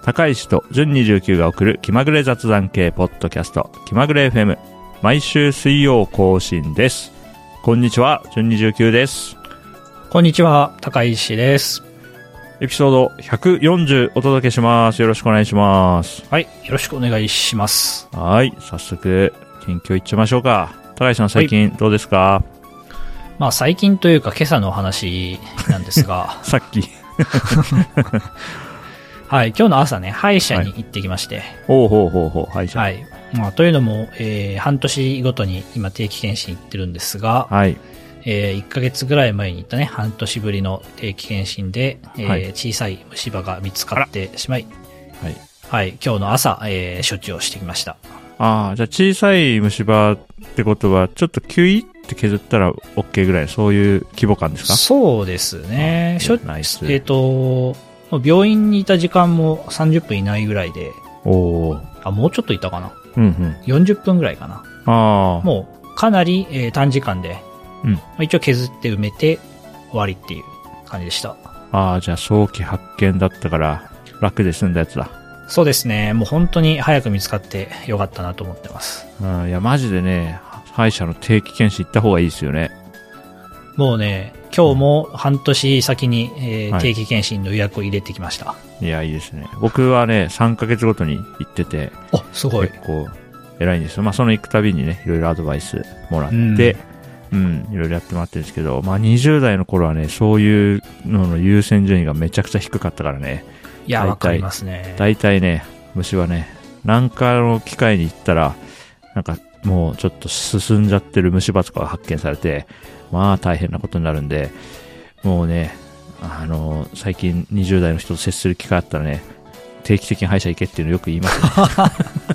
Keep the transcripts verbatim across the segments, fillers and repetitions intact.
高石と準にじゅうきゅうが送る気まぐれ雑談系ポッドキャスト気まぐれ エフエム、 毎週水曜更新です。こんにちは、準にじゅうきゅうです。 こんにちは、高石です。 エピソードひゃくよんじゅうお届けします。よろしくお願いします。 はい、よろしくお願いします。 はい、早速近況いっちゃいましょうか。高石さん、最近どうですか？はい、 まあ最近というか今朝のお話なんですがさっきはい、今日の朝ね、歯医者に行ってきまして。 ほうほうほうほう、歯医者。 はい。まあ、というのも、えー、半年ごとに今定期検診行ってるんですが、 はい。 えー、いっかげつぐらい前に行ったね、半年ぶりの定期検診で、えーはい、小さい虫歯が見つかってしまい、はい。はい、今日の朝、えー、処置をしてきました。 ああ、じゃあ小さい虫歯ってことは、ちょっとキュイって削ったら OK ぐらい、そういう規模感ですか？ そうですね。しょナイス。 えっと、病院にいた時間もさんじゅっぷん以内ぐらいで、 おあ、もうちょっといたかな。 うんうん。 よんじゅっぷんぐらいかな。 ああ。 もう、かなり、えー、短時間で、うん。まあ、一応削って埋めて終わりっていう感じでした。 ああ、じゃあ早期発見だったから楽で済んだやつだ。 そうですね。もう本当に早く見つかってよかったなと思ってます。 うん、いや、マジでね、歯医者の定期検診行った方がいいですよね。 もうね、今日も半年先に、えーはい、定期検診の予約を入れてきました。 いや、いいですね。僕はね、さんかげつごとに行ってて、 あ、すごい。 結構偉いんですよ。まあ、その行くたびにね、いろいろアドバイスもらって、うん、うん、いろいろやってもらってるんですけど、まあ、にじゅう代の頃はね、そういうのの優先順位がめちゃくちゃ低かったからね。 いや、わかりますね。 大体ね、虫はね、なんかの機会に行ったら、なんかもうちょっと進んじゃってる虫歯とかが発見されて、まあ大変なことになるんで、もうね、あの、最近にじゅう代の人と接する機会あったらね、定期的に歯医者行けっていうのよく言いますね。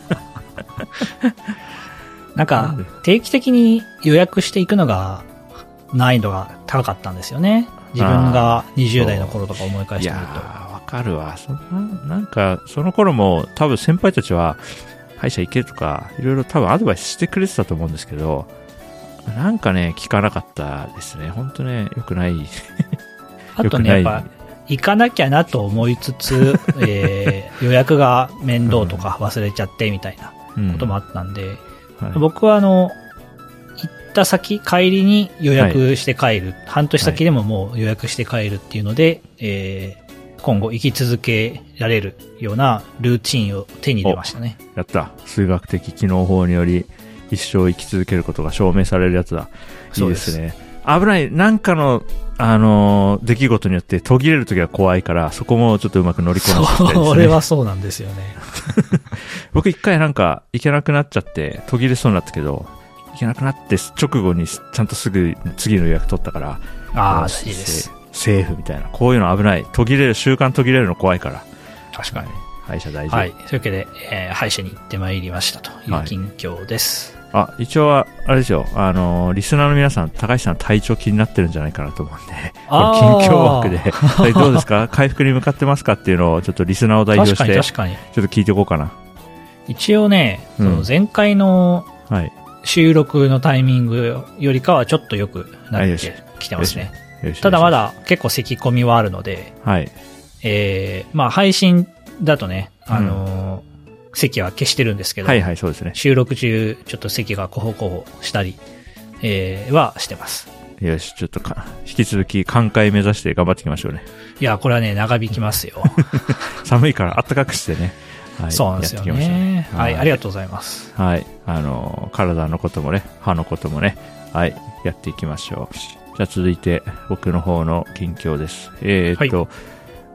なんか、定期的に予約していくのが難易度が高かったんですよね。自分がにじゅう代の頃とか思い返してみると。いやー、わかるわ。そんな、なんか、その頃も多分先輩たちは歯医者行けとか、いろいろ多分アドバイスしてくれてたと思うんですけど、なんかね、聞かなかったですね。ほんとね、良くない。 あとね、やっぱ、行かなきゃなと思いつつ、えー、予約が面倒とか忘れちゃってみたいなこともあったんで、うんはい、僕はあの、行った先、帰りに予約して帰る。はい、半年先でももう予約して帰るっていうので、はい、えー、今後生き続けられるようなルーチンを手に入れましたね。 やった。数学的機能法により、一生生き続けることが証明されるやつだ。いいですね。危ない。なんかの、あのー、出来事によって途切れるときは怖いから、そこもちょっとうまく乗りこなしていきたいですね。 それはそうなんですよね。 僕一回なんか行けなくなっちゃって途切れそうになったけど、行けなくなって直後にちゃんとすぐ次の予約取ったから、 ああ、いいです。 セーフみたいな。こういうの危ない。途切れる、習慣途切れるの怖いから。 確かに。 歯医者大事。 はい。というわけで、えー、歯医者に行ってまいりましたという近況です。 はい、あ、一応は、あれですよ、あのー、リスナーの皆さん、高橋さん体調気になってるんじゃないかなと思うんで、これ近況枠で、どうですか？回復に向かってますかっていうのを、ちょっとリスナーを代表して、確かに確かに。ちょっと聞いておこうかな。 一応ね、うん、その前回の収録のタイミングよりかはちょっと良くなってきてますね。ただまだ結構咳込みはあるので、はい。えー、まあ配信だとね、あのー、うん、席は消してるんですけど、 はいはい、そうですね。 収録中、ちょっと席がコホコホしたり、えー、はしてます。 よし、ちょっとか、引き続き、寛解目指して頑張っていきましょうね。 いや、これはね、長引きますよ。 寒いから暖かくしてね。はい、 そうなんですよね。ねはい、はい、ありがとうございます。 はい、あのー、体のこともね、歯のこともね、はい、やっていきましょう。じゃあ続いて、僕の方の近況です。えーっと、はい、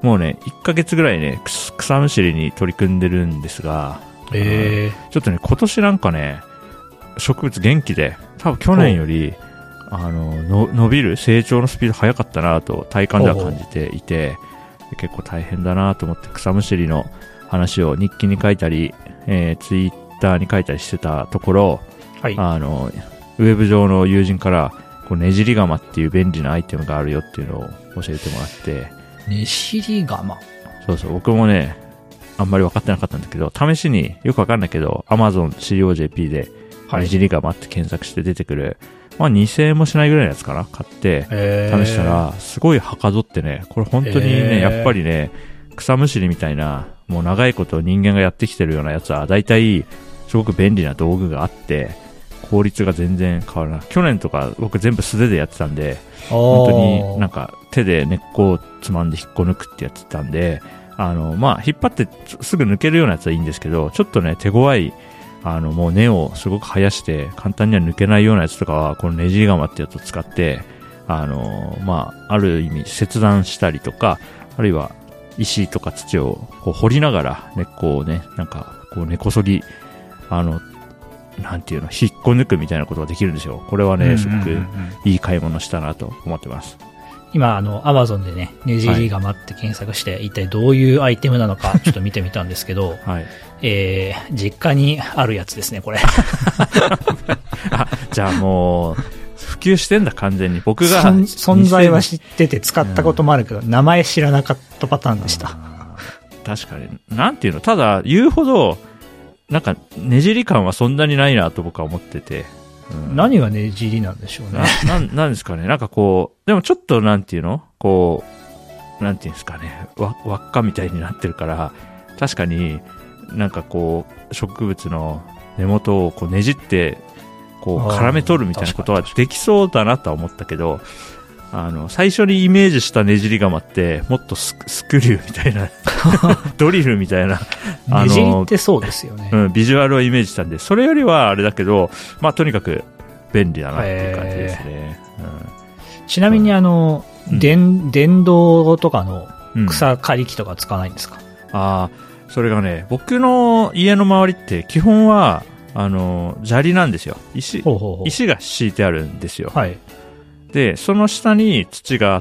もうね、いっかげつぐらいね、草むしりに取り組んでるんですが、 えー、ちょっとね、今年なんかね、植物元気で、多分去年より、あの、の、伸びる、成長のスピード早かったなと体感では感じていて、結構大変だなと思って草むしりの話を日記に書いたり、えー、ツイッターに書いたりしてたところ、はい、あの、ウェブ上の友人から、こうねじり鎌っていう便利なアイテムがあるよっていうのを教えてもらって、 ねじり鎌？ そうそう、僕もね、あんまり分かってなかったんだけど、試しによく分かんないけど、Amazon シーオージェーピー で、ねじり鎌って検索して出てくる、まあにせんえんもしないぐらいのやつかな買って、試したら、すごいはかどってね、これ本当にね、やっぱりね、 草むしりみたいな、もう長いこと人間がやってきてるようなやつは、だいたいすごく便利な道具があって、効率が全然変わらない。去年とか僕全部素手でやってたんで、本当になんか手で根っこをつまんで引っこ抜くってやってたんで、あの、まあ、引っ張ってすぐ抜けるようなやつはいいんですけど、ちょっとね、手強い、あの、もう根をすごく生やして簡単には抜けないようなやつとかは、このねじり鎌ってやつを使って、あの、まあ、ある意味切断したりとか、あるいは石とか土をこう掘りながら根っこをね、なんかこう根こそぎ、あの、なんていうの、引っこ抜くみたいなことができるんですよ。これはね、すごくいい買い物したなと思ってます。 今、あの、アマゾンでね、ねじり鎌って検索して、はい、一体どういうアイテムなのか、ちょっと見てみたんですけど、はい、えー、実家にあるやつですね、これ。 あ、じゃあもう、普及してんだ、完全に。僕が。 存在は知ってて使ったこともあるけど、うん、名前知らなかったパターンでした。 確かに。なんていうの、ただ、言うほど、なんか、ねじり感はそんなにないなと僕は思ってて。 うん、何がねじりなんでしょうね。 な、な、なんですかね。なんかこう、でもちょっとなんていうのこう、なんていうんですかね。わ、輪っかみたいになってるから、確かになんかこう、植物の根元をこうねじって、こう絡め取るみたいなことはできそうだなとは思ったけど、あの、最初にイメージしたねじり鎌って、もっとスク、スクリューみたいな、ドリルみたいな、 あの、ねじりってそうですよね。 うん、ビジュアルをイメージしたんで、それよりはあれだけど、まあ、とにかく便利だなっていう感じですね。 うん、ちなみに、あの、うん、電、電動とかの草刈り機とか使わないんですか？ うん、ああ、それがね、僕の家の周りって基本は、あの、砂利なんですよ。石、ほうほうほう、石が敷いてあるんですよ。はい。で、その下に土があって、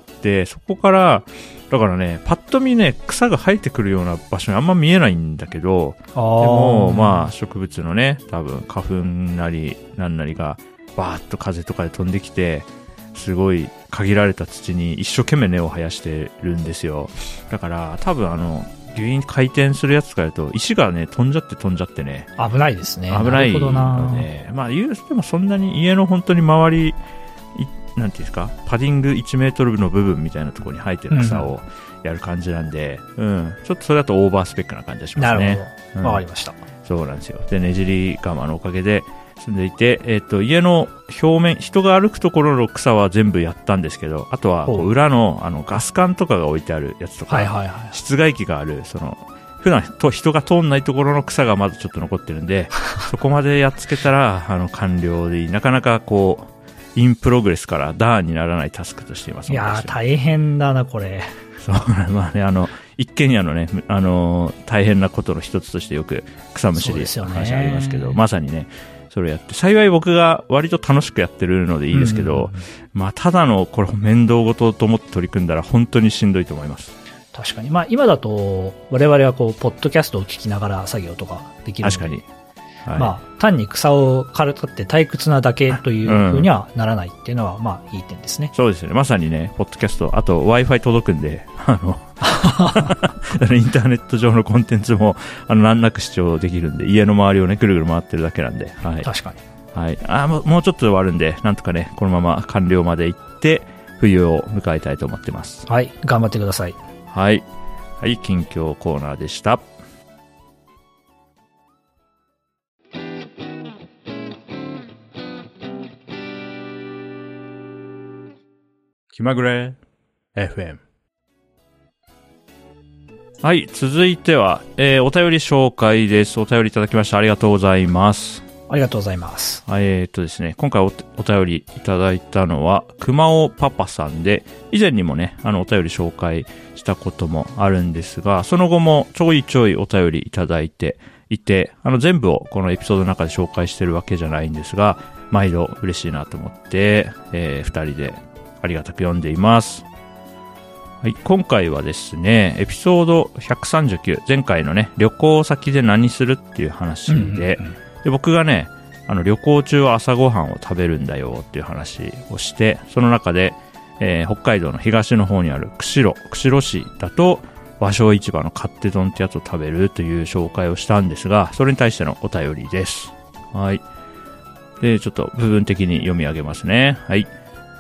そこから、だからね、パッと見ね、草が生えてくるような場所にあんま見えないんだけど、でも、まあ、植物のね、多分、花粉なり、なんなりが、バーッと風とかで飛んできて、すごい限られた土に一生懸命根を生やしてるんですよ。だから、多分あの、ギュイン回転するやつとかやると、石がね、飛んじゃって飛んじゃってね。 危ないですね。 危ないので、まあ、言うてもそんなに家の本当に周り、なんていうんですか、パディングいちメートルの部分みたいなところに生えてる草をやる感じなんで、うん、うん、ちょっとそれだとオーバースペックな感じがしますね。 なるほど。わ、うん、かりました。 そうなんですよ。で、ねじり鎌のおかげで住んでいて、えっと、家の表面、人が歩くところの草は全部やったんですけど、あとはこう裏のあのガス管とかが置いてあるやつとか、はいはいはい、室外機がある、その、普段と人が通んないところの草がまずちょっと残ってるんで、そこまでやっつけたら、あの、完了でいい。なかなかこう、インプログレスからダーンにならないタスクとしています。 いやー、大変だな、これ。 そう、まあね、あの、一軒家のね、あの、大変なことの一つとしてよく草むしりの話ありますけど、まさにね、それをやって、幸い僕が割と楽しくやってるのでいいですけど、うんうんうん、まあ、ただのこれ面倒事と思って取り組んだら本当にしんどいと思います。 確かに。まあ、今だと、我々はこう、ポッドキャストを聞きながら作業とかできるので。確かに。はい、まあ、単に草を刈るとって退屈なだけという風にはならないっていうのは、まあ、いい点ですね。 そうですよね。まさにね、ポッドキャスト、あと Wi-Fi 届くんで、あの、インターネット上のコンテンツも、あの、難なく視聴できるんで、家の周りをね、ぐるぐる回ってるだけなんで、はい。 確かに。 はい。あ、もう、もうちょっとで終わるんで、なんとかね、このまま完了まで行って、冬を迎えたいと思ってます。 はい。頑張ってください。 はい。はい、近況コーナーでした。気まぐれ エフエム。 はい、続いては、えー、お便り紹介です。お便りいただきましてありがとうございます。 ありがとうございます。 えー、っとですね、今回 お, お便りいただいたのは熊尾パパさんで、以前にもね、あのお便り紹介したこともあるんですが、その後もちょいちょいお便りいただいていて、あの全部をこのエピソードの中で紹介してるわけじゃないんですが、毎度嬉しいなと思って、えー、二人でありがたく読んでいます。はい、今回はですね、エピソードひゃくさんじゅうきゅう、前回のね、旅行先で何するっていう話で、うんうんうん、で僕がね、あの旅行中は朝ごはんを食べるんだよっていう話をして、その中で、えー、北海道の東の方にある釧路、釧路市だと和商市場の勝手丼ってやつを食べるという紹介をしたんですが、それに対してのお便りです。はい。で、ちょっと部分的に読み上げますね。はい。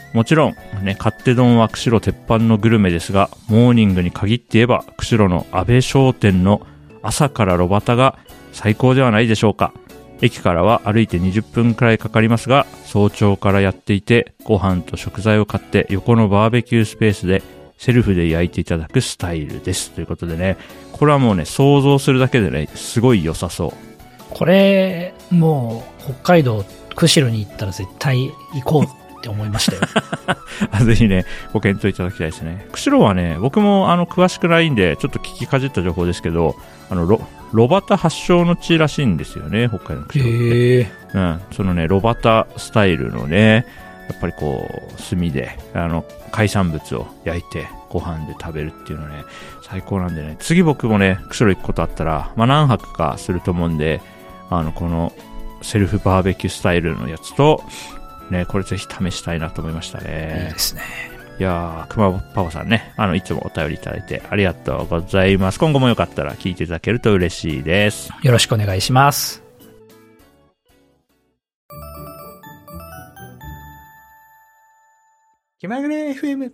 もちろん、ね、勝手丼は釧路鉄板のグルメですが、モーニングに限って言えば、釧路の安倍商店の朝から炉端が最高ではないでしょうか。駅からは歩いてにじゅっぷんくらいかかりますが、早朝からやっていて、ご飯と食材を買って横のバーベキュースペースでセルフで焼いていただくスタイルです。ということでね、これはもうね、想像するだけでね、すごい良さそう。 これ、もう、北海道、釧路に行ったら絶対行こうって思いましたよ。 ぜひね、ご検討いただきたいですね。釧路はね、僕もあの、詳しくないんで、ちょっと聞きかじった情報ですけど、あの、ロ、炉端発祥の地らしいんですよね、北海道の釧路って。へー。うん。そのね、炉端スタイルのね、やっぱりこう、炭で、あの、海産物を焼いて、ご飯で食べるっていうのね、最高なんでね、次僕もね、釧路行くことあったら、まあ何泊かすると思うんで、あの、この、セルフバーベキュースタイルのやつと、ね、これぜひ試したいなと思いましたね。 いいですね。 いやー、熊パパさんね、あの、いつもお便りいただいてありがとうございます。今後もよかったら聞いていただけると嬉しいです。 よろしくお願いします。 気まぐれ エフエム。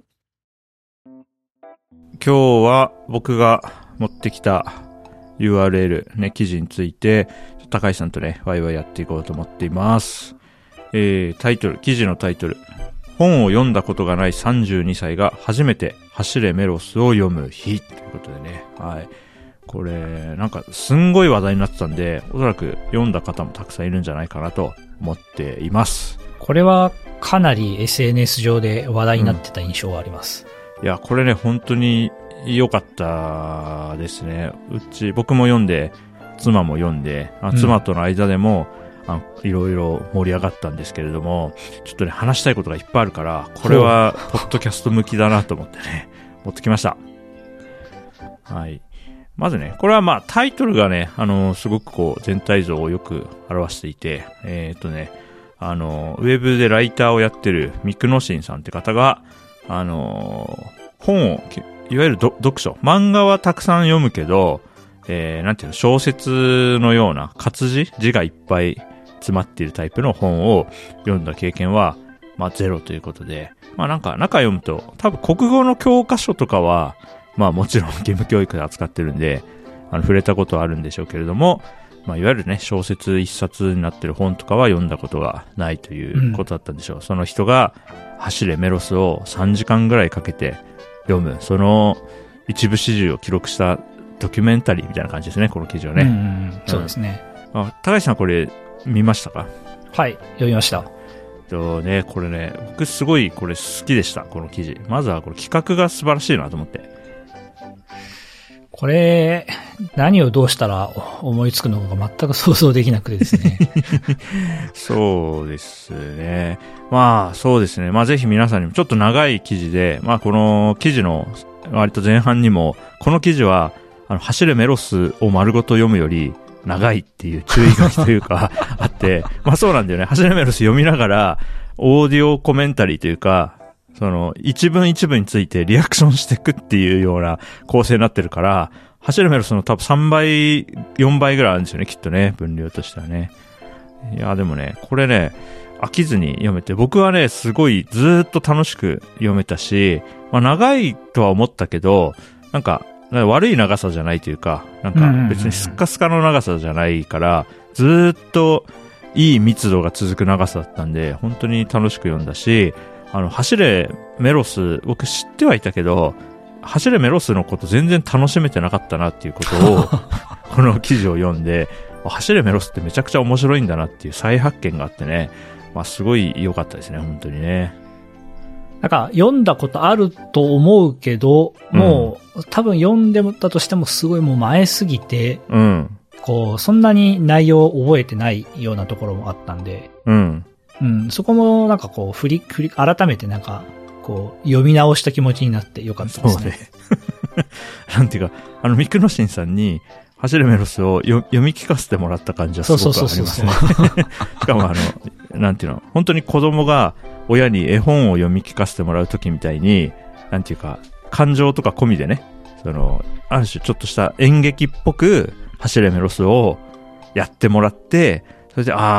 今日は僕が持ってきた ユーアールエル、ね、記事について、高橋さんとね、ワイワイやっていこうと思っています。えー、タイトル、記事のタイトル。本を読んだことがないさんじゅうにさいが初めて走れメロスを読む日ということでね。はい。これ、なんかすんごい話題になってたんで、おそらく読んだ方もたくさんいるんじゃないかなと思っています。 これはかなり エスエヌエス 上で話題になってた印象があります。 うん、いや、これね、本当に良かったですね。うち、僕も読んで、妻も読んで、あ妻との間でも、うんあいろいろ盛り上がったんですけれども、ちょっとね、話したいことがいっぱいあるから、これは、ポッドキャスト向きだなと思ってね、持ってきました。はい。まずね、これはまあ、タイトルがね、あのー、すごくこう、全体像をよく表していて、えーっとね、あのー、ウェブでライターをやってるミクノシンさんって方が、あのー、本を、いわゆる読書、漫画はたくさん読むけど、えー、なんていうの、小説のような活字、字がいっぱい詰まっているタイプの本を読んだ経験は、まあゼロということで、まあなんか中読むと、多分国語の教科書とかは、まあもちろん義務教育で扱ってるんで、あの触れたことはあるんでしょうけれども、まあいわゆるね、小説一冊になってる本とかは読んだことがないということだったんでしょう。うん、その人が、走れメロスをさんじかんぐらいかけて読む、その一部始終を記録したドキュメンタリーみたいな感じですね、この記事はね。うんうん、 そうですね。 あ、高橋さんこれ見ましたか？ はい、読みました。 とね、これね、僕すごいこれ好きでした、この記事。まずはこれ企画が素晴らしいなと思って。 これ、何をどうしたら思いつくのか全く想像できなくてですね。 そうですね。まあ、そうですね。まあぜひ皆さんにもちょっと長い記事で、まあこの記事の割と前半にも、この記事は、あの、走れメロスを丸ごと読むより長いっていう注意書きというかあって、まあそうなんだよね。走れメロス読みながら、オーディオコメンタリーというか、その、一文一文についてリアクションしていくっていうような構成になってるから、走れメロスの多分さんばい、よんばいぐらいあるんですよね、きっとね、分量としてはね。いや、でもね、これね、飽きずに読めて、僕はね、すごいずーっと楽しく読めたし、まあ長いとは思ったけど、なんか、悪い長さじゃないというか、なんか別にスッカスカの長さじゃないから、ずーっといい密度が続く長さだったんで、本当に楽しく読んだし、あの、走れメロス、僕知ってはいたけど、走れメロスのこと全然楽しめてなかったなっていうことを、この記事を読んで、走れメロスってめちゃくちゃ面白いんだなっていう再発見があってね、まあすごい良かったですね、本当にね。 なんか読んだことあると思うけど、もう、うん、多分読んでたとしてもすごいもう前すぎて、うん、こう、そんなに内容を覚えてないようなところもあったんで、うん。うん、そこもなんかこう、振り、振り、改めてなんか、こう、読み直した気持ちになってよかったですね。そうね。 なんていうか、あの、ミクノシンさんに、走るメロスを読み聞かせてもらった感じはすごくありますね。そうそうそうそうしかもあの、なんていうの、本当に子供が親に絵本を読み聞かせてもらうときみたいに、なんていうか、感情とか込みでね、その、ある種ちょっとした演劇っぽく、走れメロスをやってもらって、それで、ああ、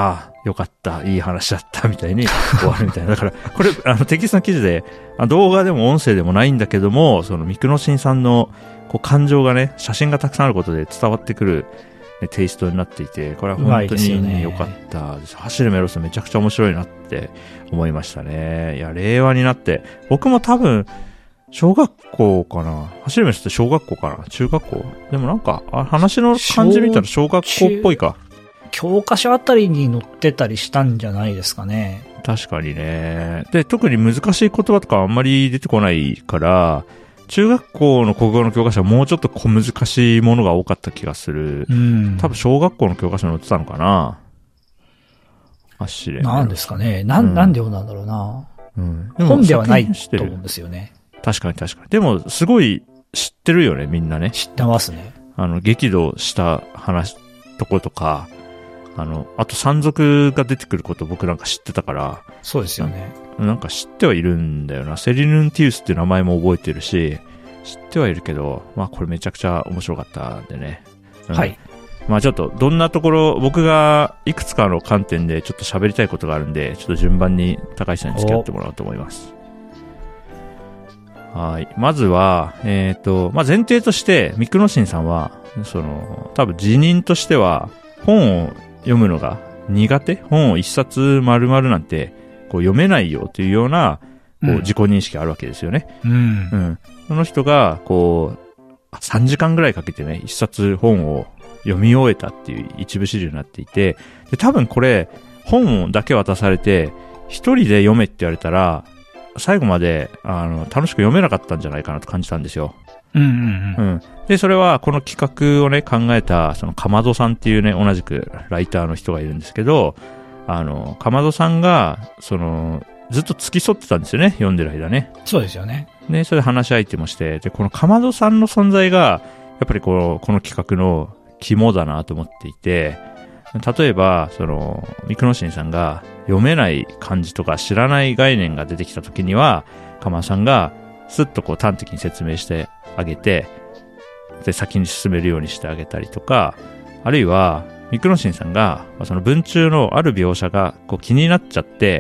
よかった、いい話だったみたいに終わるみたいな。だから、これ、あの、テキストの記事で、動画でも音声でもないんだけども、その、ミクノシンさんの、こう、感情がね、写真がたくさんあることで伝わってくる、ね、テイストになっていて、これは本当に良かったです。走るメロスめちゃくちゃ面白いなって思いましたね。いや、令和になって、僕も多分、小学校かな、走るメロスって小学校かな、中学校でもなんか、あ、話の感じ見たら小学校っぽいか。 教科書あたりに載ってたりしたんじゃないですかね。 確かにね。で、特に難しい言葉とかあんまり出てこないから、中学校の国語の教科書はもうちょっと小難しいものが多かった気がする。 うん。 多分小学校の教科書に載ってたのかな。あっしれ。 なんですかね。なん、うん、なんでようなんだろうな。 うん。 で本ではないと思うんですよね。 確かに確かに。でも、すごい知ってるよね、みんなね。 知ってますね。 あの、激怒した話、ところとか、あの、あと山賊が出てくること僕なんか知ってたから。 そうですよね。 なんか知ってはいるんだよな。セリヌンティウスっていう名前も覚えてるし、知ってはいるけど、まあこれめちゃくちゃ面白かったんでね。 うん、はい。 まあちょっとどんなところ、僕がいくつかの観点でちょっと喋りたいことがあるんで、ちょっと順番に高橋さんに付き合ってもらおうと思います。はい。まずは、えっと、まあ前提として、ミクノシンさんは、その、多分辞任としては、本を読むのが苦手？本を一冊丸々なんてこう読めないよというようなこう自己認識があるわけですよね。 うん。うん。 その人がこうさんじかんぐらいかけてね、一冊本を読み終えたっていう一部始終になっていて、で多分これ本だけ渡されて一人で読めって言われたら最後まであの楽しく読めなかったんじゃないかなと感じたんですよ。 うんうんうん。うん。 で、それはこの企画をね、考えた、そのかまどさんっていうね、同じくライターの人がいるんですけど、あの、かまどさんが、その、ずっと付き添ってたんですよね、読んでる間ね。 そうですよね。 で、それで話し相手もして、で、このかまどさんの存在が、やっぱりこの、この企画の肝だなと思っていて、例えば、その、ミクノシンさんが読めない漢字とか知らない概念が出てきた時には、かまどさんが、すっとこう端的に説明してあげて、で、先に進めるようにしてあげたりとか、あるいは、ミクノシンさんが、その文中のある描写がこう気になっちゃって、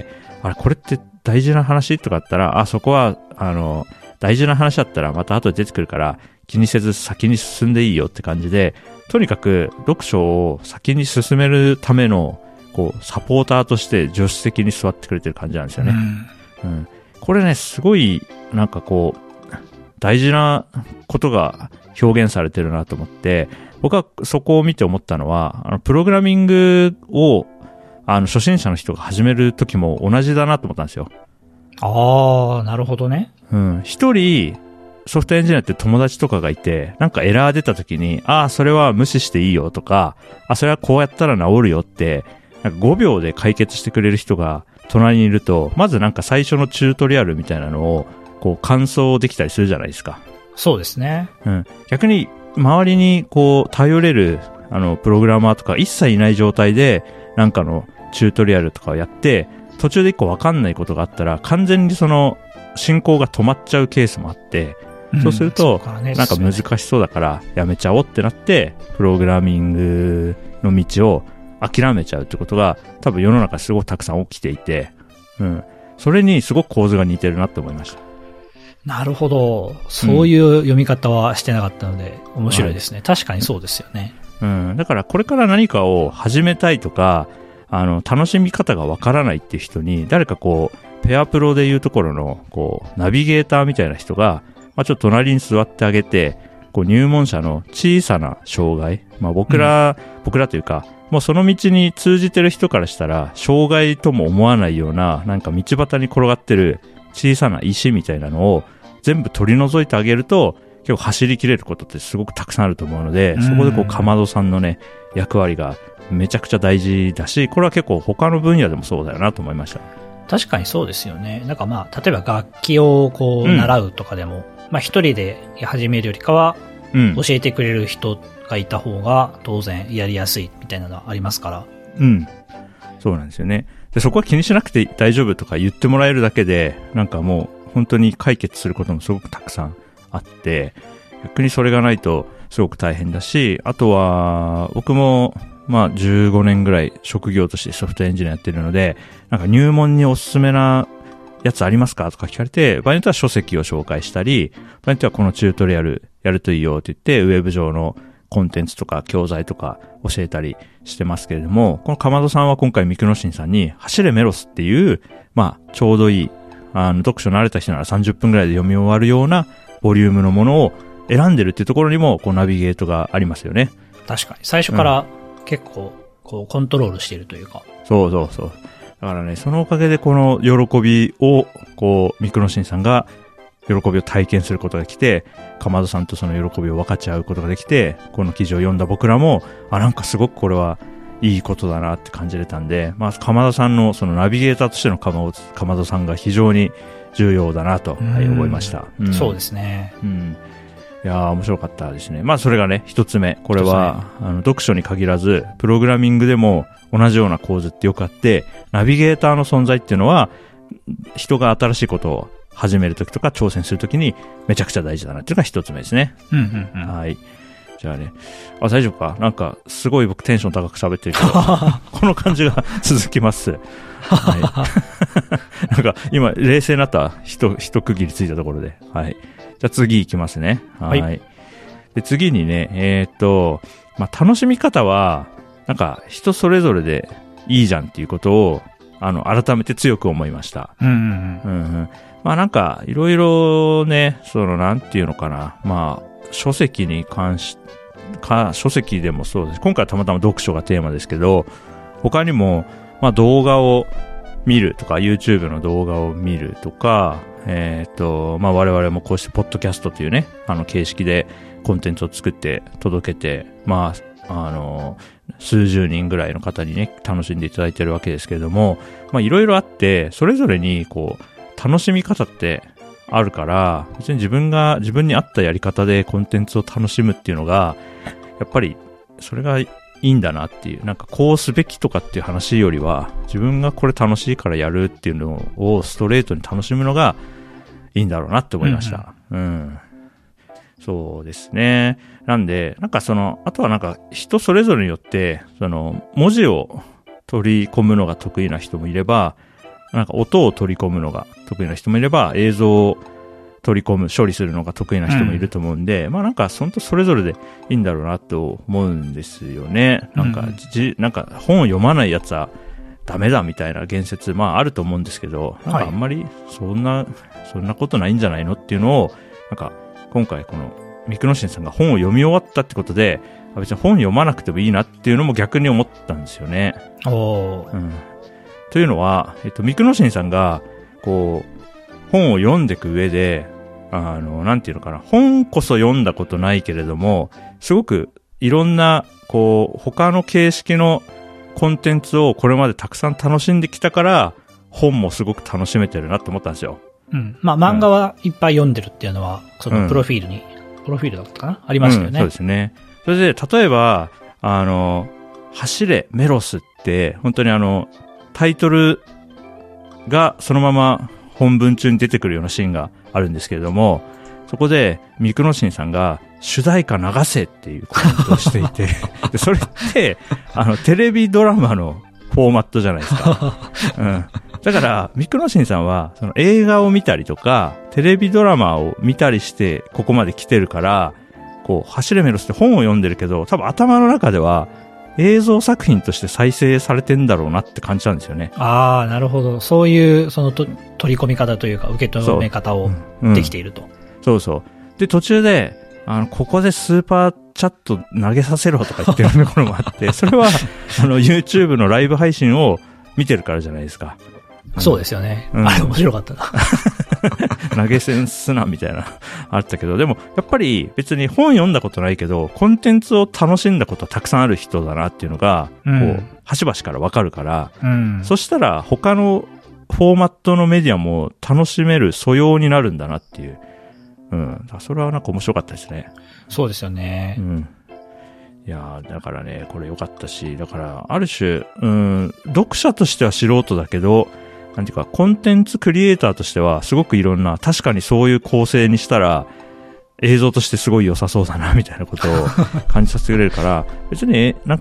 あれ、これって大事な話とかあったら、あ、そこは、あの、大事な話だったらまた後で出てくるから気にせず先に進んでいいよって感じで、とにかく読書を先に進めるための、こう、サポーターとして助手席に座ってくれてる感じなんですよね。うん。うん、これね、すごい、なんかこう、大事なことが表現されてるなと思って、僕はそこを見て思ったのは、あの、プログラミングを、あの、初心者の人が始める時も同じだなと思ったんですよ。 ああ、なるほどね。 うん。一人、ソフトエンジニアって友達とかがいて、なんかエラー出た時に、ああ、それは無視していいよとか、あ、それはこうやったら治るよって、なんかごびょうで解決してくれる人が隣にいると、まずなんか最初のチュートリアルみたいなのを、こう、完走できたりするじゃないですか。 そうですね。 うん。逆に、周りにこう、頼れる、あの、プログラマーとか一切いない状態で、なんかのチュートリアルとかをやって、途中で一個わかんないことがあったら、完全にその、進行が止まっちゃうケースもあって、うん、そうすると、ね、なんか難しそうだからやめちゃおうってなって、プログラミングの道を諦めちゃうってことが、多分世の中すごくたくさん起きていて、うん。それにすごく構図が似てるなって思いました。 なるほど。そういう読み方はしてなかったので、うん、面白いですね、はい。確かにそうですよね。 うん。だからこれから何かを始めたいとか、あの、楽しみ方がわからないっていう人に、誰かこう、ペアプロでいうところの、こう、ナビゲーターみたいな人が、まあちょっと隣に座ってあげて、こう、入門者の小さな障害、まあ僕ら、うん、僕らというか、もうその道に通じてる人からしたら、障害とも思わないような、なんか道端に転がってる小さな石みたいなのを、全部取り除いてあげると、結構走り切れることってすごくたくさんあると思うので、そこでこう、かまどさんのね、役割がめちゃくちゃ大事だし、これは結構他の分野でもそうだよなと思いました。 確かにそうですよね。なんかまあ、例えば楽器をこう、習うとかでも、うん、まあ一人で始めるよりかは、うん、教えてくれる人がいた方が当然やりやすいみたいなのはありますから。 うん。そうなんですよね。で、そこは気にしなくて大丈夫とか言ってもらえるだけで、なんかもう、本当に解決することもすごくたくさんあって、逆にそれがないとすごく大変だし、あとは僕もまあじゅうごねんぐらい職業としてソフトエンジニアやってるので、なんか入門におすすめなやつありますかとか聞かれて、場合によっては書籍を紹介したり、場合によってはこのチュートリアルやるといいよって言って、ウェブ上のコンテンツとか教材とか教えたりしてますけれども、このかまどさんは今回ミクノシンさんに走れメロスっていう、まあちょうどいい、あの読書慣れた人ならさんじゅっぷんぐらいで読み終わるようなボリュームのものを選んでるっていうところにもこうナビゲートがありますよね。 確かに。最初から結構こうコントロールしているというか。 うん、そうそうそう。だからね、そのおかげでこの喜びを、こう、ミクノシンさんが喜びを体験することができて、かまどさんとその喜びを分かち合うことができて、この記事を読んだ僕らも、あ、なんかすごくこれはいいことだなって感じれたんで、まあ、かまどさんのそのナビゲーターとしてのかまど、かまどさんが非常に重要だなと、はい、思いました。 うん、そうですね。 うん。いやー、面白かったですね。まあ、それがね、一つ目。これは、あの、読書に限らず、プログラミングでも同じような構図ってよくあって、ナビゲーターの存在っていうのは、人が新しいことを始めるときとか挑戦するときにめちゃくちゃ大事だなっていうのが一つ目ですね。 うんうんうん。 はい。じゃあね。あ、大丈夫か？なんか、すごい僕テンション高く喋ってるけど、この感じが続きます。はい。なんか、今、冷静になった一、一区切りついたところで。はい。じゃあ次行きますね。はい。はい、で、次にね、えー、っと、まあ、楽しみ方は、なんか、人それぞれでいいじゃんっていうことを、あの、改めて強く思いました。 うんうんうん。 うんうん、まあなんか、いろいろね、その、なんていうのかな。まあ、書籍に関し、か、書籍でもそうです。今回はたまたま読書がテーマですけど、他にも、まあ動画を見るとか、YouTube の動画を見るとか、えっと、まあ我々もこうしてポッドキャストというね、あの形式でコンテンツを作って届けて、まあ、あの、数十人ぐらいの方にね、楽しんでいただいてるわけですけれども、まあいろいろあって、それぞれにこう、楽しみ方ってあるから、別に自分が、自分に合ったやり方でコンテンツを楽しむっていうのが、やっぱり、それがいいんだなっていう、なんかこうすべきとかっていう話よりは、自分がこれ楽しいからやるっていうのをストレートに楽しむのがいいんだろうなって思いました。うん、うん。うんそうですね。なんで、なんかその、あとはなんか人それぞれによって、その、文字を取り込むのが得意な人もいれば、なんか音を取り込むのが得意な人もいれば、映像を取り込む、処理するのが得意な人もいると思うんで、うん、まあなんかほんとそれぞれでいいんだろうなと思うんですよね。なんか、じ、なんか本を読まないやつはダメだみたいな言説、まああると思うんですけど、なんかあんまりそんな、はい、そんなことないんじゃないのっていうのを、なんか、今回このミクノシンさんが本を読み終わったってことで、別に本読まなくてもいいなっていうのも逆に思ったんですよね。 おー。 うん。というのは、えっと、ミクノシンさんが、こう、本を読んでいく上で、あの、なんていうのかな、本こそ読んだことないけれども、すごくいろんな、こう、他の形式のコンテンツをこれまでたくさん楽しんできたから、本もすごく楽しめてるなって思ったんですよ。 うん。まあ、漫画はいっぱい読んでるっていうのは、その、プロフィールに、うん、プロフィールだったかなありましたよね、 うん。そうですね。それで、例えば、あの、走れ、メロスって、本当にあの、タイトルがそのまま本文中に出てくるようなシーンがあるんですけれども、そこで、ミクノシンさんが、主題歌流せっていうコメントをしていて、でそれって、あの、テレビドラマのフォーマットじゃないですか。うんだから、ミクノシンさんは、その映画を見たりとか、テレビドラマを見たりして、ここまで来てるから、こう、走れメロスって本を読んでるけど、多分頭の中では、映像作品として再生されてんだろうなって感じたんですよね。 ああ、なるほど。そういう、そのと、取り込み方というか、受け止め方をできていると。 そう、うん、そうそう。で、途中で、あの、ここでスーパーチャット投げさせろとか言ってるところもあって、それは、あの、YouTube のライブ配信を見てるからじゃないですか。 そうですよね。うん、あれ面白かったな。 投げ銭すなみたいなあったけど、でもやっぱり別に本読んだことないけど、コンテンツを楽しんだことたくさんある人だなっていうのが、うん、こう、端々からわかるから、うん、そしたら他のフォーマットのメディアも楽しめる素養になるんだなっていう。うん。それはなんか面白かったですね。 そうですよね。 うん。いやー、だからね、これ良かったし、だから、ある種、うん、読者としては素人だけど、なんていうか、コンテンツクリエイターとしては、すごくいろんな、確かにそういう構成にしたら、映像としてすごい良さそうだな、みたいなことを感じさせてくれるから、別に、なんか、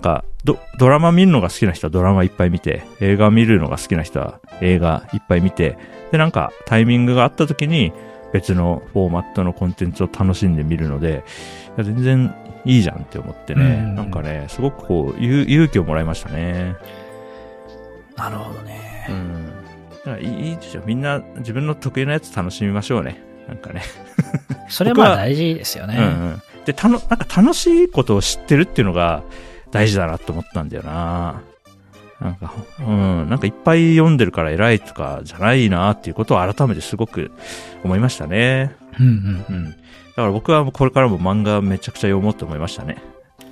ド、ドラマ見るのが好きな人はドラマいっぱい見て、映画見るのが好きな人は映画いっぱい見て、で、なんかタイミングがあった時に別のフォーマットのコンテンツを楽しんで見るので、いや全然いいじゃんって思ってね、うん、なんかね、すごくこう、勇気をもらいましたね。 なるほどね。 うん。だからいいでしょ。みんな自分の得意なやつ楽しみましょうね。なんかね。 それはまあ大事ですよね。 うんうん。で、たの、なんか楽しいことを知ってるっていうのが大事だなと思ったんだよな。なんか、うん、なんかいっぱい読んでるから偉いとかじゃないなっていうことを改めてすごく思いましたね。 うんうん。うん。 だから僕はこれからも漫画めちゃくちゃ読もうと思いましたね。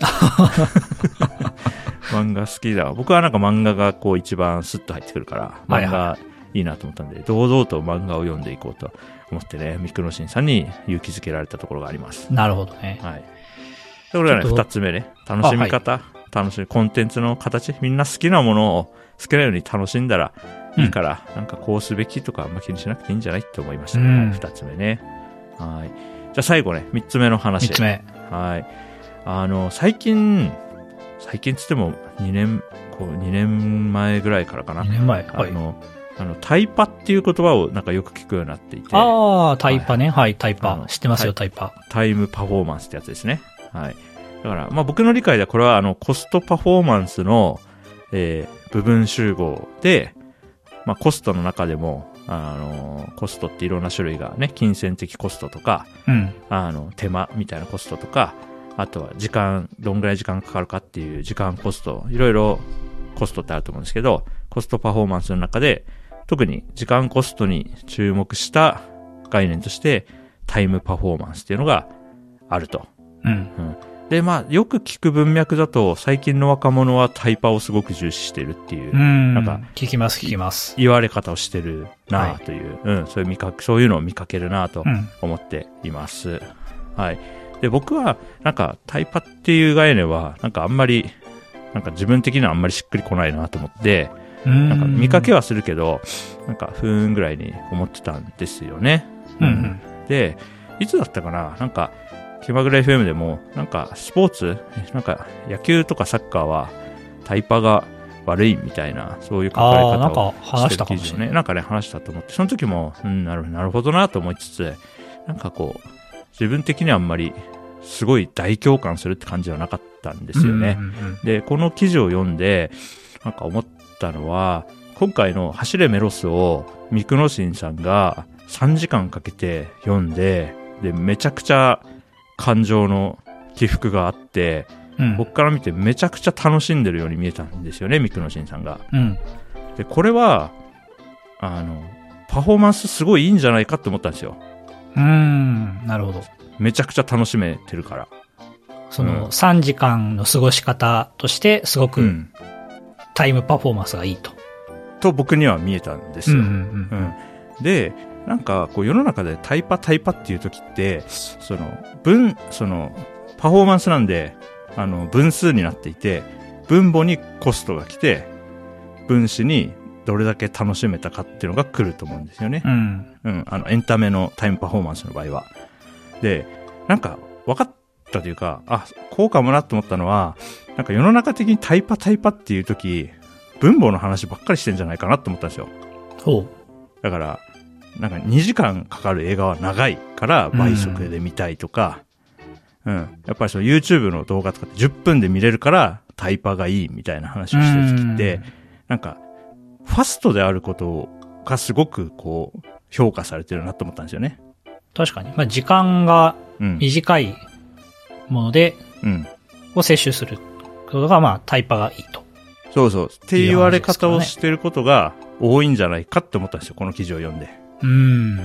漫画好きだ。僕はなんか漫画がこう一番スッと入ってくるから、漫画いいなと思ったんで、堂々と漫画を読んでいこうと思ってね、ミクノシンさんに勇気づけられたところがあります。 なるほどね。 はい。これがね、二つ目ね、楽しみ方、はい、楽しみ、コンテンツの形、みんな好きなものを好きなように楽しんだらいいから、うん、なんかこうすべきとかあんま気にしなくていいんじゃないって思いましたね。うん、二つ目ね。はい。じゃあ最後ね、三つ目の話。 三つ目。 はい。あの、最近、最近つってもにねん、こうにねんまえぐらいからかな。 にねんまえ。はい。 あの、あの、タイパっていう言葉をなんかよく聞くようになっていて。 ああ、タイパね。はい、はい、タイパ。知ってますよ、タイパ。 タイムパフォーマンスってやつですね。はい。だから、まあ僕の理解ではこれはあの、コストパフォーマンスの、えー、部分集合で、まあコストの中でも、あの、コストっていろんな種類がね、金銭的コストとか、 うん、 あの、手間みたいなコストとか、あとは時間、どんぐらい時間かかるかっていう時間コスト、いろいろコストってあると思うんですけど、コストパフォーマンスの中で、特に時間コストに注目した概念として、タイムパフォーマンスっていうのがあると。 うん。うん、 で、まあ、よく聞く文脈だと、最近の若者はタイパをすごく重視してるっていう、 うん、 なんか、 聞きます、聞きます。 言われ方をしてるなという、はい、うん、そういう見かけ、そういうのを見かけるなと思っています。うん、はい。で、僕は、なんか、タイパっていう概念は、なんかあんまり、なんか自分的にはあんまりしっくりこないなと思って、 んなんか見かけはするけど、なんか、ふーんぐらいに思ってたんですよね。 うん、うん。 で、いつだったかななんか、気まぐれ エフエム でも、なんか、スポーツなんか、野球とかサッカーは、タイパが悪いみたいな、そういう書かれ方をしてる記事をね、なんかね、話したと思って、その時も、うん、なる、なるほどなと思いつつ、なんかこう、自分的にはあんまり、すごい大共感するって感じはなかったんですよね。 うんうんうん、 で、この記事を読んで、なんか思ったのは、今回の走れメロスをミクノシンさんがさんじかんかけて読んで、で、めちゃくちゃ感情の起伏があって、うん、僕から見てめちゃくちゃ楽しんでるように見えたんですよね、ミクノシンさんが。 うん、 で、これは、あの、パフォーマンスすごいいいんじゃないかって思ったんですよ。 うーん、なるほど。 めちゃくちゃ楽しめてるから。 その、さんじかんの過ごし方として、すごく、タイムパフォーマンスがいいと。 うん、と僕には見えたんですよ。 うんうんうんうん、で、なんか、こう世の中でタイパタイパっていう時って、その、分、その、パフォーマンスなんで、あの、分数になっていて、分母にコストが来て、分子にどれだけ楽しめたかっていうのが来ると思うんですよね。 うん。 うん。あの、エンタメのタイムパフォーマンスの場合は。で、なんか、分かったというか、あ、こうかもなと思ったのは、なんか世の中的にタイパタイパっていう時、分母の話ばっかりしてんじゃないかなと思ったんですよ。 ほう。 だから、なんかにじかんかかる映画は長いから倍速で見たいとか、うん、うん。やっぱりその YouTube の動画とかってじゅっぷんで見れるからタイパがいいみたいな話をしてる時って、なんか、ファストであることがすごくこう、評価されてるなと思ったんですよね。 確かに。まあ、時間が短いもので、うん。を摂取することが、まあ、タイパがいいと。 そうそう。って言われ方をしてることが多いんじゃないかって思ったんですよ、この記事を読んで。 うん。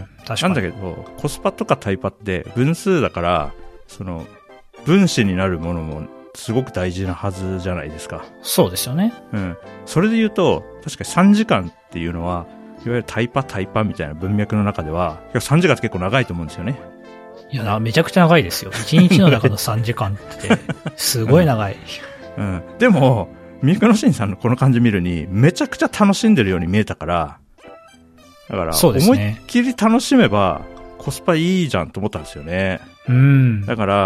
確かに。 なんだけど、コスパとかタイパって分数だから、その、分子になるものもすごく大事なはずじゃないですか。 そうですよね。 うん。それで言うと、確かにさんじかんっていうのは、いわゆるタイパタイパみたいな文脈の中では、さんじかんって結構長いと思うんですよね。 いや、めちゃくちゃ長いですよ。いちにちの中のさんじかんって、すごい長い。 うん。うん。でも、ミクノシンさんのこの感じ見るに、めちゃくちゃ楽しんでるように見えたから、だから、思いっきり楽しめば、コスパいいじゃんと思ったんですよね。 うん。 だから、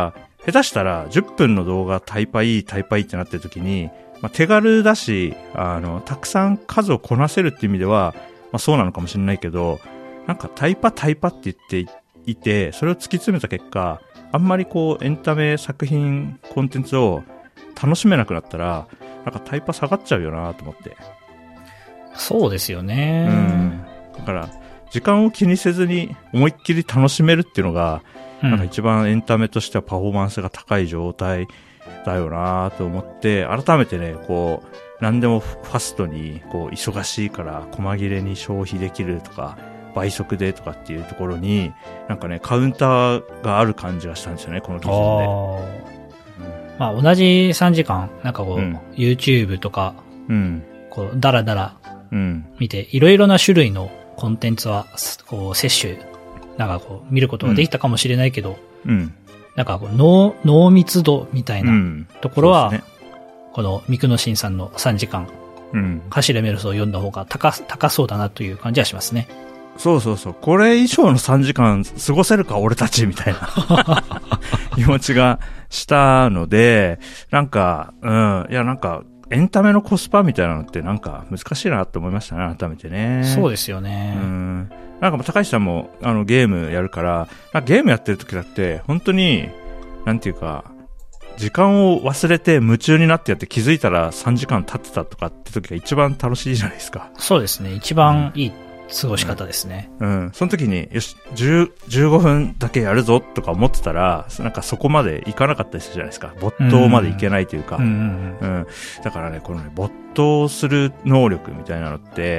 下手したらじゅっぷんの動画タイパいいタイパいいってなってる時に、まあ、手軽だし、あの、たくさん数をこなせるっていう意味では、まあそうなのかもしれないけど、なんかタイパタイパって言っていて、それを突き詰めた結果、あんまりこうエンタメ作品コンテンツを楽しめなくなったら、なんかタイパ下がっちゃうよなと思って。 そうですよね。 うん。だから時間を気にせずに思いっきり楽しめるっていうのが、うん、なんか一番エンタメとしてはパフォーマンスが高い状態だよなと思って、改めてね、こう何でもファストにこう忙しいから細切れに消費できるとか。倍速でとかっていうところに、なんかね、カウンターがある感じがしたんですよね、この記事で。 うん、まあ同じさんじかん、なんかこう、うん、YouTube とか、うん、こう、だらだら見て、いろいろな種類のコンテンツは、こう、摂取、なんかこう、見ることができたかもしれないけど、うん、なんかこう、濃、濃密度みたいなところは、うんね、この三久野真さんのさんじかん、うん、走れメロスを読んだ方が高、高そうだなという感じはしますね。 そうそうそう。これ以上のさんじかん過ごせるか俺たちみたいな気持ちがしたので、なんか、うん。いやなんか、エンタメのコスパみたいなのってなんか難しいなって思いましたね、改めてね。 そうですよね。 うん。なんかもう高橋さんもあのゲームやるから、なんかゲームやってる時だって本当に、なんていうか、時間を忘れて夢中になってやって気づいたらさんじかん経ってたとかって時が一番楽しいじゃないですか。 そうですね。一番いい。うん過ごし方ですね。 うん。うん、その時に、よし、じゅう、じゅうごふんだけやるぞとか思ってたら、なんかそこまでいかなかったりするじゃないですか。没頭までいけないというか。うん。うん、だからね、このね、没頭する能力みたいなのって、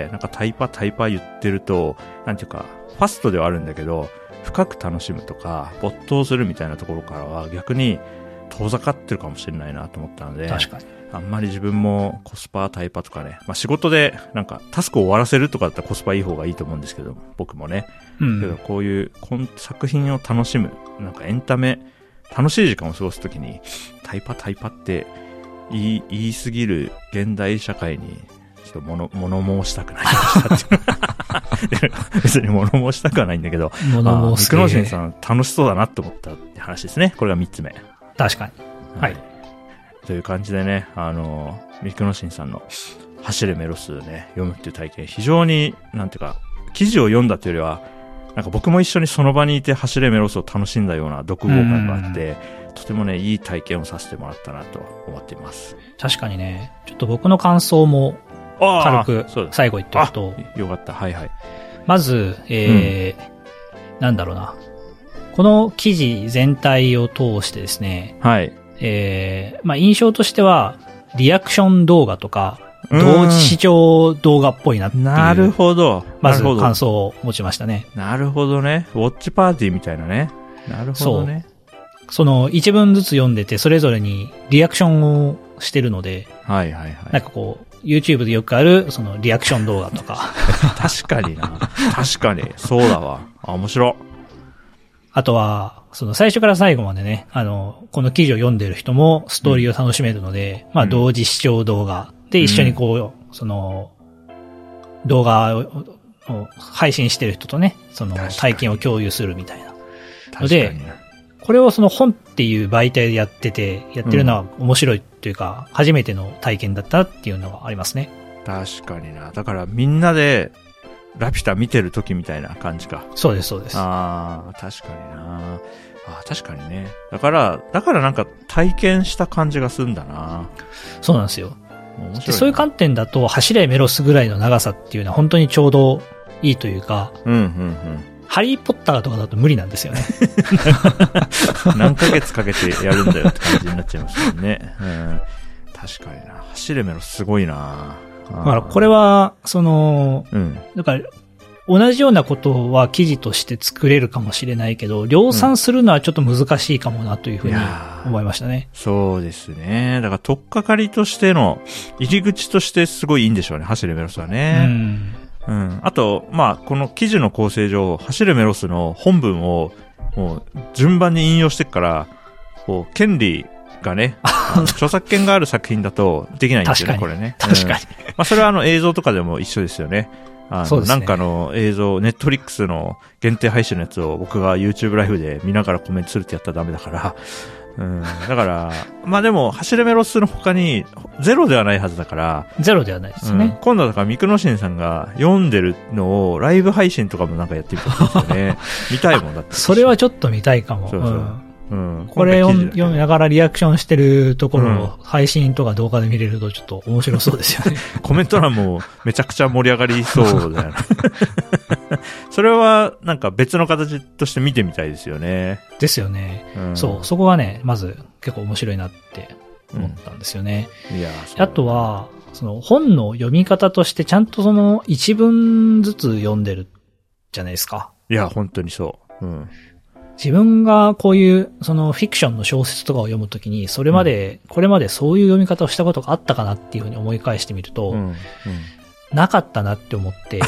なんかタイパタイパ言ってると、なんていうか、ファストではあるんだけど、深く楽しむとか、没頭するみたいなところからは逆に遠ざかってるかもしれないなと思ったので。 確かに。 あんまり自分もコスパ、タイパとかね、まあ仕事でなんかタスクを終わらせるとかだったらコスパいい方がいいと思うんですけど、僕もね。うん、けどこういう作品を楽しむ、なんかエンタメ、楽しい時間を過ごすときに、タイパ、タイパって言い、言いすぎる現代社会に、ちょっと物、物申したくなりましたって別に物申したくはないんだけど、 物申す。 三久野さん楽しそうだなと思ったって話ですね。これがみっつめ。 確かに。はい。はいという感じでね、あの、三久野真さんの走れメロスね、読むっていう体験、非常に、なんていうか、記事を読んだというよりは、なんか僕も一緒にその場にいて走れメロスを楽しんだような読後感があって、とてもね、いい体験をさせてもらったなと思っています。 確かにね、ちょっと僕の感想も軽く最後言っておくと。 よかった、はいはい。 まず、えー、うん、なんだろうな。この記事全体を通してですね、 はい。 えー、まあ印象としては、リアクション動画とか、同時視聴動画っぽいなっていう。 なるほど。 まず感想を持ちましたね。 なるほどね。ウォッチパーティーみたいなね。なるほどね。 そう。その一文ずつ読んでて、それぞれにリアクションをしてるので、 はいはいはい。 なんかこう、YouTube でよくある、そのリアクション動画とか。 確かにな。確かに。そうだわ。あ、面白い。 あとは、その最初から最後までね、あの、この記事を読んでる人もストーリーを楽しめるので、うん、まあ同時視聴動画で一緒にこう、うん、その、動画を配信してる人とね、その体験を共有するみたいな。ので、これをその本っていう媒体でやってて、やってるのは面白いというか、うん、初めての体験だったっていうのがありますね。 確かにな。だからみんなで、ラピュタ見てる時みたいな感じか。 そうです、そうです。 ああ、確かにな。ああ、確かにね。だから、だからなんか体験した感じがするんだな。 そうなんですよ。面白い。そういう観点だと、走れメロスぐらいの長さっていうのは本当にちょうどいいというか、 うんうんうん。 ハリーポッターとかだと無理なんですよね。 何ヶ月かけてやるんだよって感じになっちゃいますよね。うん、確かにな。走れメロスすごいな。 だからこれは、その、うん、だから、同じようなことは記事として作れるかもしれないけど、量産するのはちょっと難しいかもなというふうに思いましたね。 うん、そうですね。だから、取っかかりとしての、入り口としてすごいいいんでしょうね、走るメロスはね。うん。うん。あと、まあ、この記事の構成上、走るメロスの本文を、もう、順番に引用してっから、こう、権利、がね、著作権がある作品だとできないんですよね、これね。 確かに。うん、まあ、それはあの映像とかでも一緒ですよね。あのそうですね。なんかの映像、ネットフリックスの限定配信のやつを僕が YouTube ライブで見ながらコメントするってやったらダメだから、 うん。だから、まあでも、走れメロスの他に、ゼロではないはずだから。 ゼロではないですね。 うん、今度だから、ミクノシンさんが読んでるのを、ライブ配信とかもなんかやってみたんですよね。見たいもんだって。 それはちょっと見たいかも。 そうそう。うんうん、 これ読みながらリアクションしてるところを配信とか動画で見れるとちょっと面白そうですよね。 コメント欄もめちゃくちゃ盛り上がりそうだよね。それはなんか別の形として見てみたいですよね。 ですよね。うん、そう、そこがね、まず結構面白いなって思ったんですよね。うん、いや、あとは、その本の読み方としてちゃんとその一文ずつ読んでるじゃないですか。 いや、本当にそう。うん。 自分がこういう、そのフィクションの小説とかを読むときに、それまで、うん、これまでそういう読み方をしたことがあったかなっていうふうに思い返してみると、うんうん、なかったなって思って。い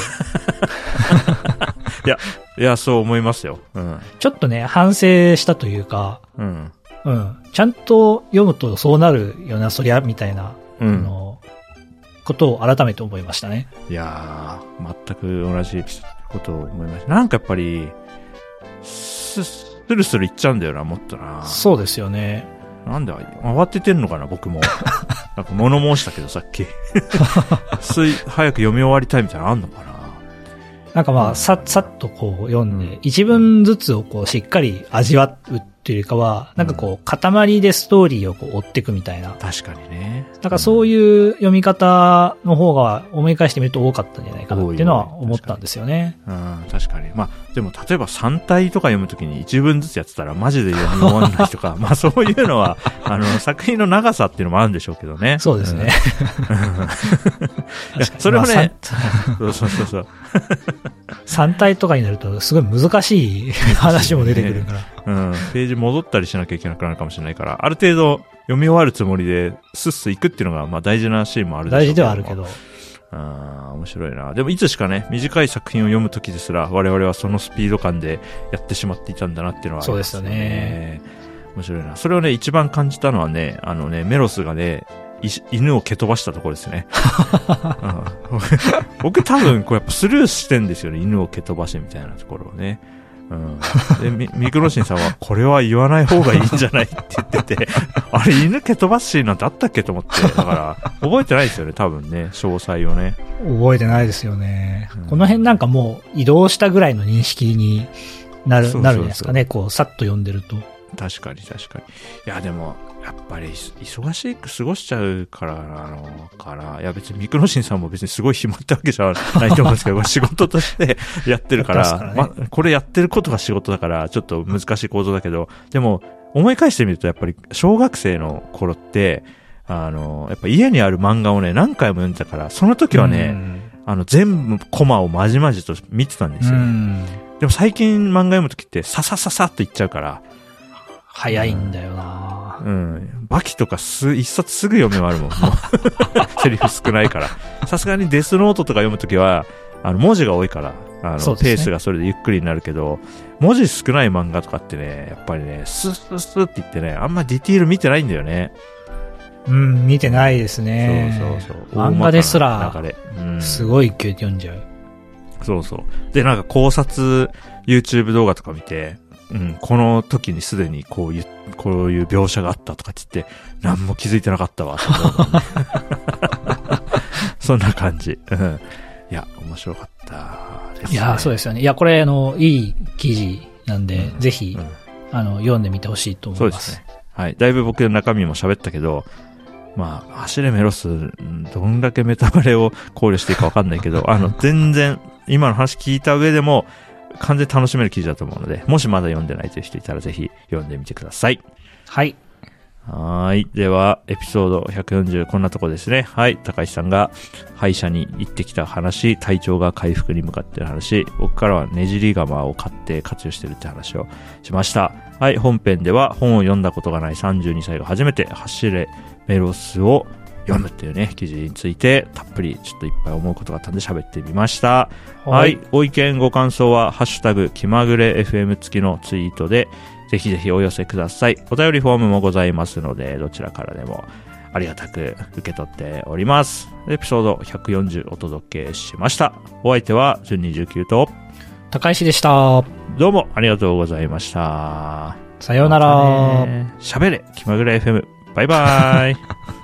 や、いや、そう思いますよ。うん、 ちょっとね、反省したというか、うん。うん。ちゃんと読むとそうなるよな、そりゃ、みたいな、うん、あの、ことを改めて思いましたね。 いやー、全く同じことを思いました。なんかやっぱり、スルスルいっちゃうんだよな、もっとな。 そうですよね。 なんで慌ててんのかな、僕も。なんか物申したけどさっき。つい早く読み終わりたいみたいなのあんのかな。 なんかまあ、うん、さ、さっとこう読んで、うん、一文ずつをこうしっかり味わうっていうかは、なんかこう、塊でストーリーをこう追っていくみたいな。 確かにね。 なんかそういう読み方の方が思い返してみると多かったんじゃないかなっていうのは思ったんですよね。 うん、確かに。まあ、でも例えばさん体とか読むときに一文ずつやってたらマジで読み終わんないとか、まあそういうのは、あの、作品の長さっていうのもあるんでしょうけどね。 そうですね。 うん、いや、それはね、そうそうそうそう。 さん体とかになるとすごい難しい話も出てくるから。 うん。ページ戻ったりしなきゃいけなくなるかもしれないから、ある程度読み終わるつもりでスッス行くっていうのがまあ大事なシーンもあるでしょうけど。 大事ではあるけど。 ああ、面白いな。でもいつしかね、短い作品を読むときですら、我々はそのスピード感でやってしまっていたんだなっていうのはありますね。そうですよね。面白いな。それをね、一番感じたのはね、あのね、メロスがね、犬を蹴飛ばしたところですね。うん、僕多分こうやっぱスルーしてんですよね。犬を蹴飛ばしてみたいなところをね。うん、でミ、ミクロシンさんはこれは言わない方がいいんじゃないって言ってて、あれ犬蹴飛ばすシーンなんてあったっけと思って、だから覚えてないですよね、多分ね、詳細をね。 覚えてないですよね。うん、この辺なんかもう移動したぐらいの認識になる、そうそうそうなるんですかね、こう、さっと読んでると。 確かに確かに。いやでも、やっぱり忙しく過ごしちゃうからなのかな。いや別にミクノシンさんも別にすごい暇ってわけじゃないと思うんですけど、仕事としてやってるから、からね、ま、これやってることが仕事だからちょっと難しい構造だけど、でも思い返してみるとやっぱり小学生の頃って、あの、やっぱ家にある漫画をね、何回も読んでたから、その時はね、あの全部コマをまじまじと見てたんですよ。でも最近漫画読む時ってささささっといっちゃうから、 早いんだよな、 うん、うん。バキとかす、一冊すぐ読み終わるもん。もうセリフ少ないから。さすがにデスノートとか読むときは、あの、文字が多いから、あの、ね、ペースがそれでゆっくりになるけど、文字少ない漫画とかってね、やっぱりね、スッスッスッって言ってね、あんまディティール見てないんだよね。 うん、見てないですね。 そうそうそう。 漫画ですら、うん、すごい勢いで読んじゃう。 そうそう。で、なんか考察、YouTube 動画とか見て、うん、この時にすでにこういう、こういう描写があったとかって言って、何も気づいてなかったわ、と思う、ね。そんな感じ。うん。いや、面白かったですね。 いや、そうですよね。いや、これ、あの、いい記事なんで、うん、ぜひ、うん、あの、読んでみてほしいと思います。そうですね。 はい。だいぶ僕の中身も喋ったけど、まあ、走れメロス、どんだけメタバレを考慮していいかわかんないけど、あの、全然、今の話聞いた上でも、完全に楽しめる記事だと思うので、もしまだ読んでないという人いたらぜひ読んでみてください。 はい。 はい。では、エピソードひゃくよんじゅう、こんなとこですね。はい。高橋さんが歯医者に行ってきた話、体調が回復に向かっている話、僕からはねじり釜を買って活用しているって話をしました。はい。本編では本を読んだことがないさんじゅうにさいが初めて走れメロスを読むっていうね、記事についてたっぷりちょっといっぱい思うことがあったんで喋ってみました。はい。はい、ご意見ご感想はハッシュタグ気まぐれ エフエム 付きのツイートでぜひぜひお寄せください。お便りフォームもございますので、どちらからでもありがたく受け取っております。エピソードひゃくよんじゅうお届けしました。お相手はじゅうにじゅうきゅうと高石でした。 どうもありがとうございました。 さようなら。 喋れ気まぐれ エフエム。バイバーイ。